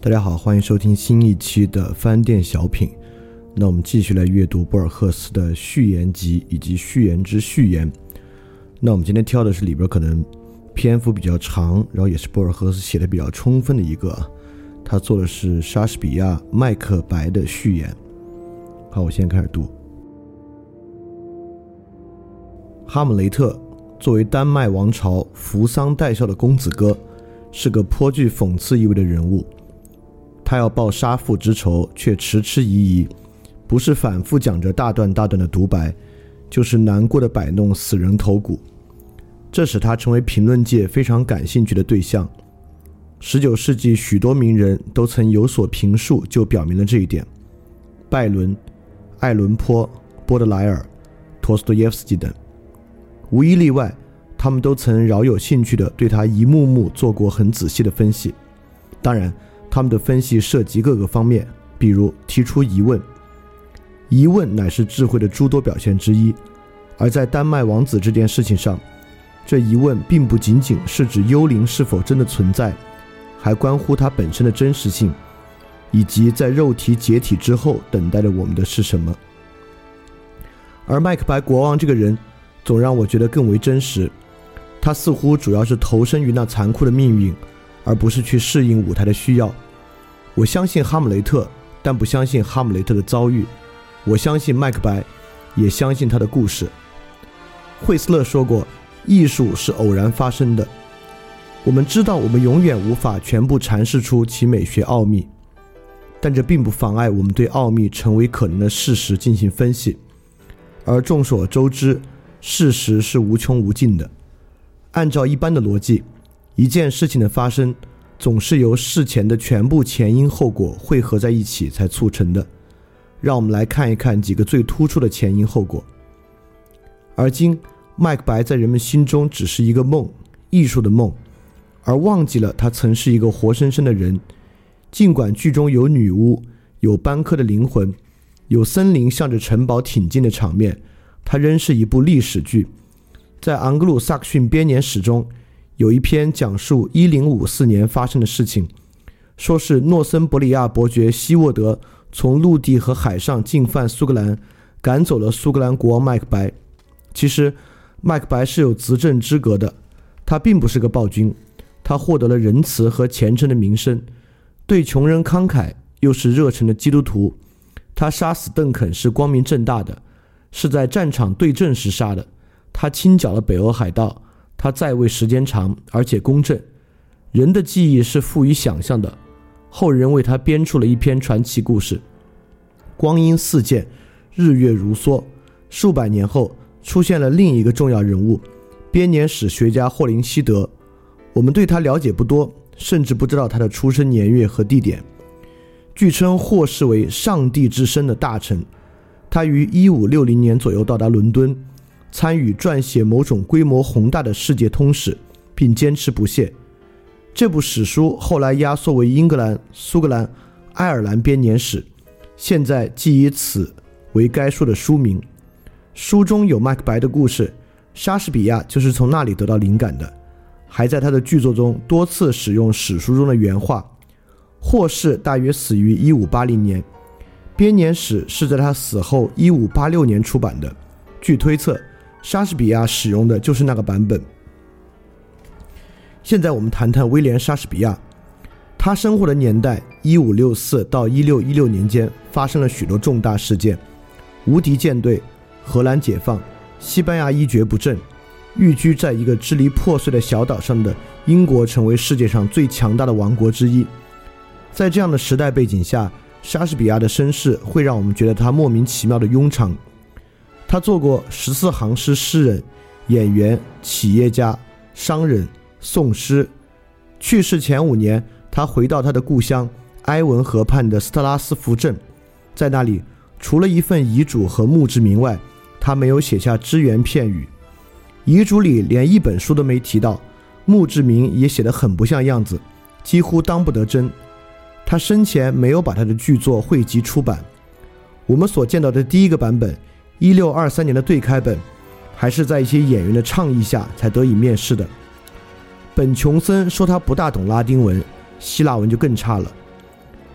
大家好，欢迎收听新一期的翻店小品。那我们继续来阅读博尔赫斯的序言集以及序言之序言。那我们今天挑的是里边可能篇幅比较长，然后也是博尔赫斯写的比较充分的一个，他做的是莎士比亚麦克白的序言。好，我现在开始读。哈姆雷特作为丹麦王朝扶桑戴孝的公子哥，是个颇具讽刺意味的人物。他要报杀父之仇，却迟迟疑疑，不是反复讲着大段大段的独白，就是难过的摆弄死人头骨，这使他成为评论界非常感兴趣的对象。19世纪许多名人都曾有所评述，就表明了这一点。拜伦、爱伦坡、波德莱尔、陀思妥耶夫斯基等，无一例外，他们都曾饶有兴趣地对他一幕幕做过很仔细的分析。当然，他们的分析涉及各个方面，比如提出疑问。疑问乃是智慧的诸多表现之一，而在丹麦王子这件事情上，这疑问并不仅仅是指幽灵是否真的存在，还关乎它本身的真实性，以及在肉体解体之后等待着我们的是什么。而麦克白国王这个人总让我觉得更为真实，他似乎主要是投身于那残酷的命运，而不是去适应舞台的需要。我相信哈姆雷特，但不相信哈姆雷特的遭遇。我相信麦克白，也相信他的故事。惠斯勒说过，艺术是偶然发生的。我们知道我们永远无法全部阐释出其美学奥秘，但这并不妨碍我们对奥秘成为可能的事实进行分析。而众所周知，事实是无穷无尽的。按照一般的逻辑，一件事情的发生总是由事前的全部前因后果汇合在一起才促成的。让我们来看一看几个最突出的前因后果。而今麦克白在人们心中只是一个梦，艺术的梦，而忘记了他曾是一个活生生的人。尽管剧中有女巫，有班克的灵魂，有森林向着城堡挺进的场面，它仍是一部历史剧。在昂格鲁萨克逊编年史中，有一篇讲述1054年发生的事情，说是诺森伯里亚伯爵希沃德从陆地和海上进犯苏格兰，赶走了苏格兰国王麦克白。其实麦克白是有执政资格的，他并不是个暴君，他获得了仁慈和虔诚的名声，对穷人慷慨，又是热诚的基督徒。他杀死邓肯是光明正大的，是在战场对阵时杀的。他清剿了北欧海盗，他在位时间长，而且公正。人的记忆是富于想象的，后人为他编出了一篇传奇故事。光阴似箭，日月如梭，数百年后出现了另一个重要人物，编年史学家霍林希德。我们对他了解不多，甚至不知道他的出生年月和地点。据称霍氏为上帝之身的大臣，他于1560年左右到达伦敦，参与撰写某种规模宏大的世界通史，并坚持不懈。这部史书后来压缩为英格兰、苏格兰、爱尔兰编年史，现在即以此为该书的书名。书中有麦克白的故事，莎士比亚就是从那里得到灵感的，还在他的剧作中多次使用史书中的原话。霍氏大约死于1580年，编年史是在他死后1586年出版的。据推测，莎士比亚使用的就是那个版本。现在我们谈谈威廉·莎士比亚。他生活的年代1564到1616年间发生了许多重大事件：无敌舰队、荷兰解放、西班牙一蹶不振，寓居在一个支离破碎的小岛上的英国成为世界上最强大的王国之一。在这样的时代背景下，莎士比亚的身世会让我们觉得他莫名其妙的庸常。他做过14行诗诗人、演员、企业家、商人、颂诗。去世前5年，他回到他的故乡埃文河畔的斯特拉斯福镇，在那里除了一份遗嘱和墓志铭外，他没有写下只言片语。遗嘱里连一本书都没提到，墓志铭也写得很不像样子，几乎当不得真。他生前没有把他的剧作汇集出版。我们所见到的第一个版本1623年的对开本，还是在一些演员的倡议下才得以面世的。本琼森说他不大懂拉丁文，希腊文就更差了。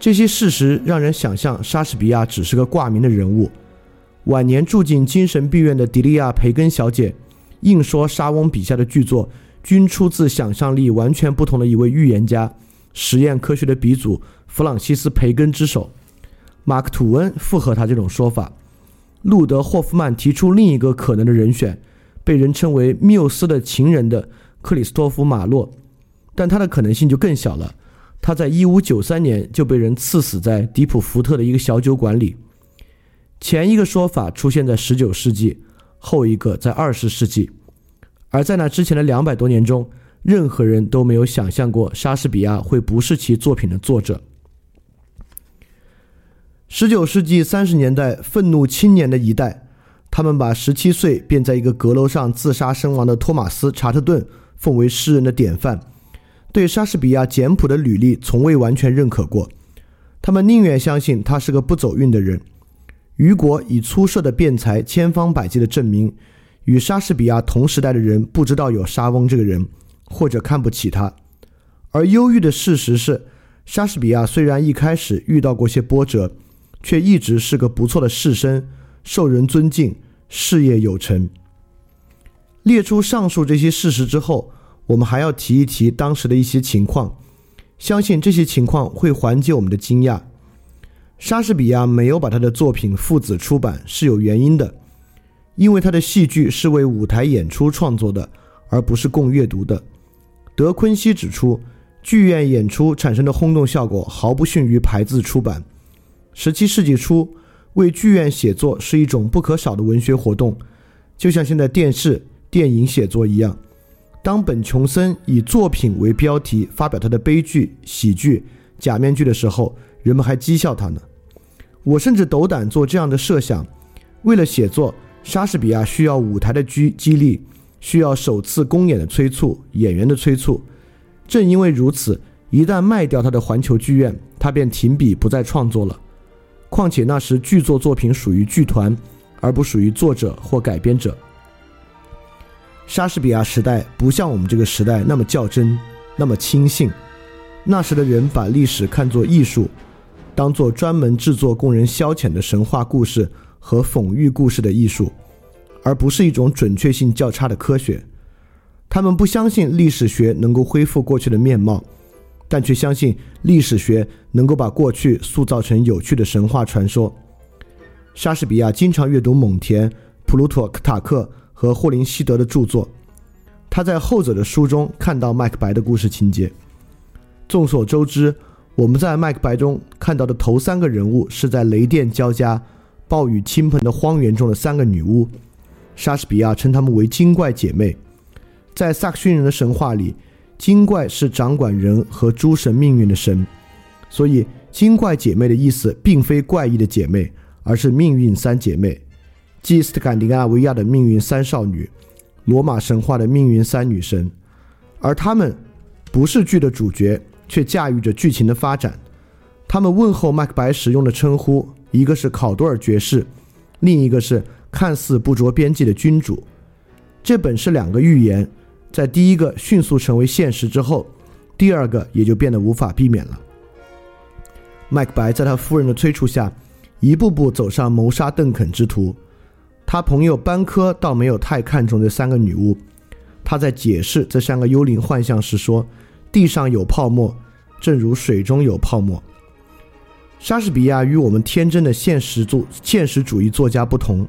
这些事实让人想象莎士比亚只是个挂名的人物。晚年住进精神病院的迪利亚·培根小姐硬说莎翁笔下的剧作均出自想象力完全不同的一位预言家，实验科学的鼻祖弗朗西斯·培根之手。马克·吐温附和他这种说法。路德·霍夫曼提出另一个可能的人选，被人称为缪斯的情人的克里斯托弗·马洛，但他的可能性就更小了。他在1593年就被人刺死在迪普福特的一个小酒馆里。前一个说法出现在19世纪，后一个在20世纪。而在那之前的200多年中，任何人都没有想象过莎士比亚会不是其作品的作者。19世纪30年代愤怒青年的一代，他们把17岁便在一个阁楼上自杀身亡的托马斯·查特顿奉为诗人的典范，对莎士比亚简朴的履历从未完全认可过。他们宁愿相信他是个不走运的人。雨果以出色的辩才千方百计地证明，与莎士比亚同时代的人不知道有莎翁这个人，或者看不起他。而忧郁的事实是，莎士比亚虽然一开始遇到过些波折，却一直是个不错的士绅，受人尊敬，事业有成。列出上述这些事实之后，我们还要提一提当时的一些情况，相信这些情况会缓解我们的惊讶。莎士比亚没有把他的作品父子出版是有原因的，因为他的戏剧是为舞台演出创作的，而不是供阅读的。德昆西指出，剧院演出产生的轰动效果毫不逊于排字出版。17世纪初，为剧院写作是一种不可少的文学活动，就像现在电视、电影写作一样。当本·琼森以作品为标题发表他的悲剧、喜剧、假面具的时候，人们还讥笑他呢。我甚至斗胆做这样的设想：为了写作，莎士比亚需要舞台的激励，需要首次公演的催促，演员的催促。正因为如此，一旦卖掉他的环球剧院，他便停笔不再创作了。况且那时剧作作品属于剧团，而不属于作者或改编者。莎士比亚时代不像我们这个时代那么较真，那么轻信。那时的人把历史看作艺术，当作专门制作供人消遣的神话故事和讽喻故事的艺术，而不是一种准确性较差的科学。他们不相信历史学能够恢复过去的面貌，但却相信历史学能够把过去塑造成有趣的神话传说。莎士比亚经常阅读蒙田、普鲁托塔克和霍林希德的著作，他在后者的书中看到麦克白的故事情节。众所周知，我们在麦克白中看到的头3个人物是在雷电交加、暴雨倾盆的荒原中的3个女巫，莎士比亚称她们为精怪姐妹。在萨克逊人的神话里，精怪是掌管人和诸神命运的神，所以精怪姐妹的意思并非怪异的姐妹，而是命运3姐妹，即斯堪的纳维亚的命运3少女，罗马神话的命运3女神。而她们不是剧的主角，却驾驭着剧情的发展。她们问候麦克白时用的称呼，一个是考多尔爵士，另一个是看似不着边际的君主。这本是2个预言，在第一个迅速成为现实之后，第二个也就变得无法避免了。麦克白在他夫人的催促下，一步步走上谋杀邓肯之途。他朋友班科倒没有太看重这3个女巫，他在解释这3个幽灵幻象时说，地上有泡沫，正如水中有泡沫。莎士比亚与我们天真的现实主义作家不同。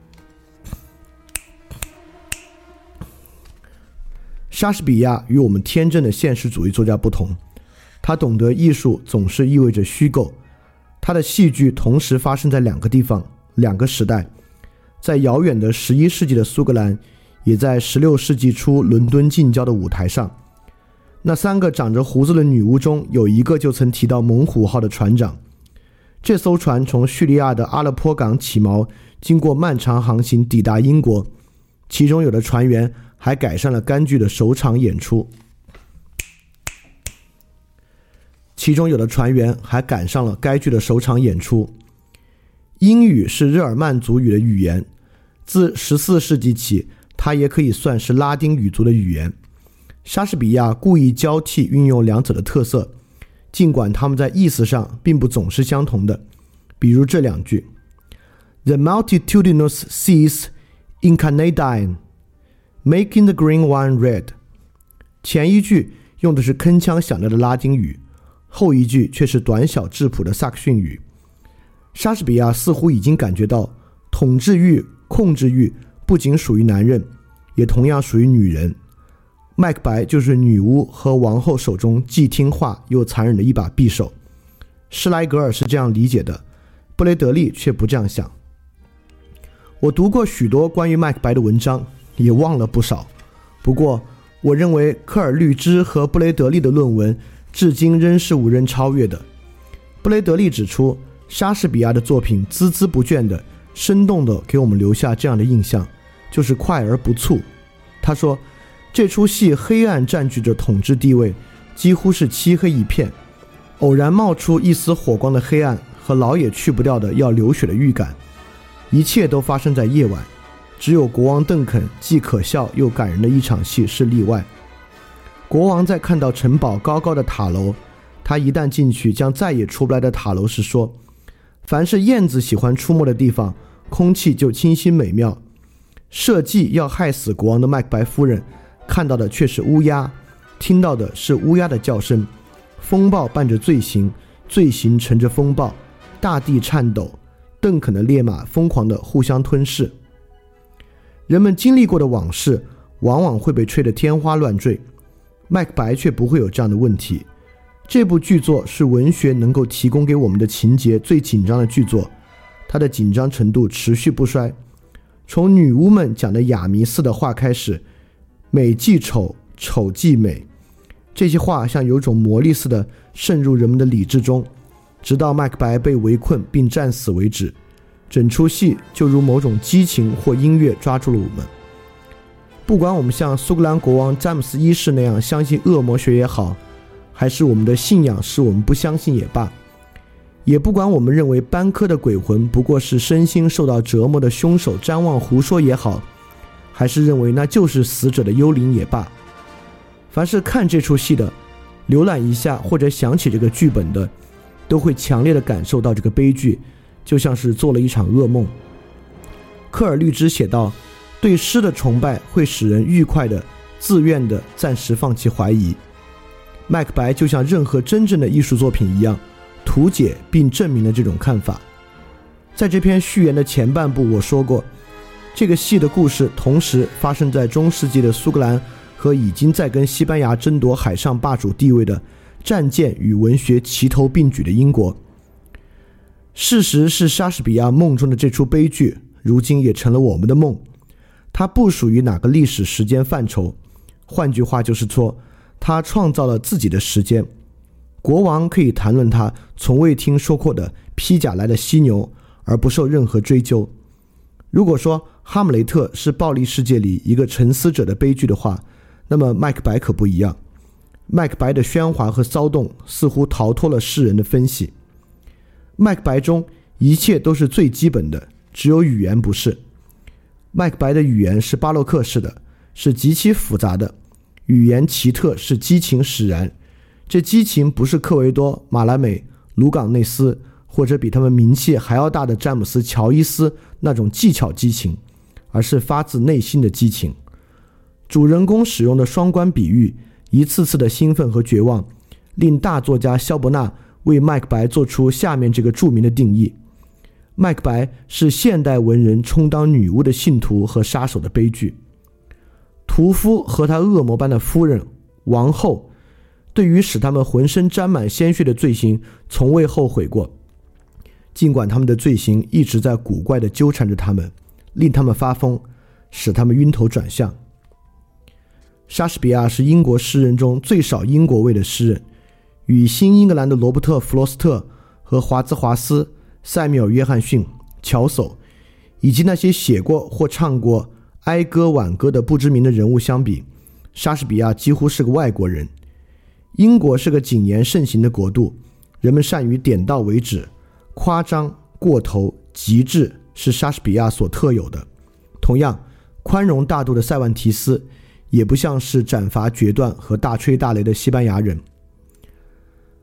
莎士比亚与我们天真的现实主义作家不同，他懂得艺术总是意味着虚构。他的戏剧同时发生在2个地方、2个时代，在遥远的11世纪的苏格兰，也在16世纪初伦敦近郊的舞台上。那3个长着胡子的女巫中，有一个就曾提到猛虎号的船长。这艘船从叙利亚的阿勒颇港起锚，经过漫长航行抵达英国，其中有的船员还改善了该剧的首场演出。英语是日耳曼族语的语言，自14世纪起，它也可以算是拉丁语族的语言。莎士比亚故意交替运用2者的特色， 尽管它们在意思上并不总是相同的。比如这两句 The multitudinous seas incarnadine, making the green wine red。 前一句用的是铿锵响亮的拉丁语，后一句却是短小质朴的萨克逊语。莎士比亚似乎已经感觉到统治欲、控制欲不仅属于男人，也同样属于女人。麦克白就是女巫和王后手中既听话又残忍的一把匕首。施莱格尔是这样理解的，布雷德利却不这样想。我读过许多关于麦克白的文章，也忘了不少。不过我认为科尔律芝和布雷德利的论文至今仍是无人超越的。布雷德利指出，莎士比亚的作品孜孜不倦的、生动的给我们留下这样的印象，就是快而不促。他说，这出戏黑暗占据着统治地位，几乎是漆黑一片，偶然冒出一丝火光的黑暗和老也去不掉的要流血的预感，一切都发生在夜晚，只有国王邓肯既可笑又感人的一场戏是例外。国王在看到城堡高高的塔楼，他一旦进去将再也出不来的塔楼时说，凡是燕子喜欢出没的地方，空气就清新美妙。设计要害死国王的麦克白夫人看到的却是乌鸦，听到的是乌鸦的叫声。风暴伴着罪行，罪行乘着风暴，大地颤抖，邓肯的烈马疯狂地互相吞噬。人们经历过的往事往往会被吹得天花乱坠，麦克白却不会有这样的问题。这部剧作是文学能够提供给我们的情节最紧张的剧作，它的紧张程度持续不衰。从女巫们讲的雅弥似的话开始，美既丑，丑既美，这些话像有种魔力似的渗入人们的理智中，直到麦克白被围困并战死为止。整出戏就如某种激情或音乐抓住了我们。不管我们像苏格兰国王詹姆斯一世那样相信恶魔学也好，还是我们的信仰使我们不相信也罢，也不管我们认为班科的鬼魂不过是身心受到折磨的凶手瞻望胡说也好，还是认为那就是死者的幽灵也罢，凡是看这出戏的，浏览一下或者想起这个剧本的，都会强烈地感受到这个悲剧就像是做了一场噩梦。科尔律芝写道，对诗的崇拜会使人愉快的、自愿的暂时放弃怀疑。麦克白就像任何真正的艺术作品一样，图解并证明了这种看法。在这篇序言的前半部我说过，这个戏的故事同时发生在中世纪的苏格兰和已经在跟西班牙争夺海上霸主地位的战舰与文学齐头并举的英国。事实是莎士比亚梦中的这出悲剧如今也成了我们的梦，它不属于哪个历史时间范畴，换句话就是说，他创造了自己的时间。国王可以谈论他从未听说过的披甲来的犀牛，而不受任何追究。如果说哈姆雷特是暴力世界里一个沉思者的悲剧的话，那么麦克白可不一样。麦克白的喧哗和骚动似乎逃脱了世人的分析。麦克白中一切都是最基本的，只有语言不是。麦克白的语言是巴洛克式的，是极其复杂的，语言奇特，是激情使然。这激情不是克维多、马拉美、卢冈内斯或者比他们名气还要大的詹姆斯·乔伊斯那种技巧激情，而是发自内心的激情。主人公使用的双关比喻，一次次的兴奋和绝望，令大作家萧伯纳为麦克白做出下面这个著名的定义：麦克白是现代文人充当女巫的信徒和杀手的悲剧。屠夫和他恶魔般的夫人、王后，对于使他们浑身沾满鲜血的罪行从未后悔过，尽管他们的罪行一直在古怪地纠缠着他们，令他们发疯，使他们晕头转向。莎士比亚是英国诗人中最少英国味的诗人，与新英格兰的罗伯特·弗罗斯特和华兹华斯、塞缪尔·约翰逊、乔叟以及那些写过或唱过哀歌挽歌的不知名的人物相比，莎士比亚几乎是个外国人。英国是个谨言慎行的国度，人们善于点到为止，夸张、过头、极致是莎士比亚所特有的。同样，宽容大度的塞万提斯也不像是斩伐决断和大吹大擂的西班牙人。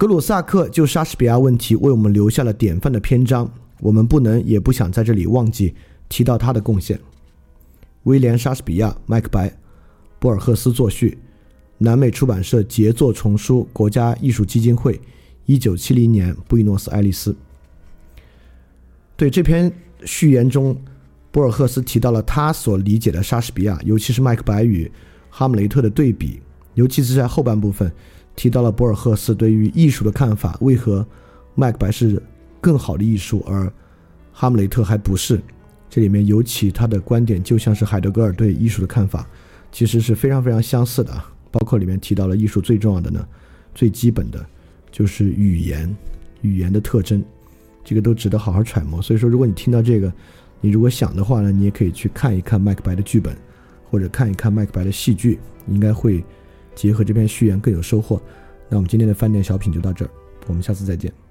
格鲁萨克就莎士比亚问题为我们留下了典范的篇章，我们不能也不想在这里忘记提到他的贡献。威廉·莎士比亚，麦克白，博尔赫斯作序，南美出版社杰作丛书，国家艺术基金会，1970年，布宜诺斯艾利斯。对，这篇序言中，博尔赫斯提到了他所理解的莎士比亚，尤其是麦克白与哈姆雷特的对比，尤其是在后半部分提到了博尔赫斯对于艺术的看法，为何麦克白是更好的艺术，而哈姆雷特还不是。这里面尤其他的观点就像是海德格尔对艺术的看法，其实是非常非常相似的，包括里面提到了艺术最重要的呢，最基本的就是语言的特征，这个都值得好好揣摩。所以说如果你听到这个，你如果想的话呢，你也可以去看一看麦克白的剧本，或者看一看麦克白的戏剧，应该会结合这篇序言更有收获。那我们今天的饭店小品就到这儿，我们下次再见。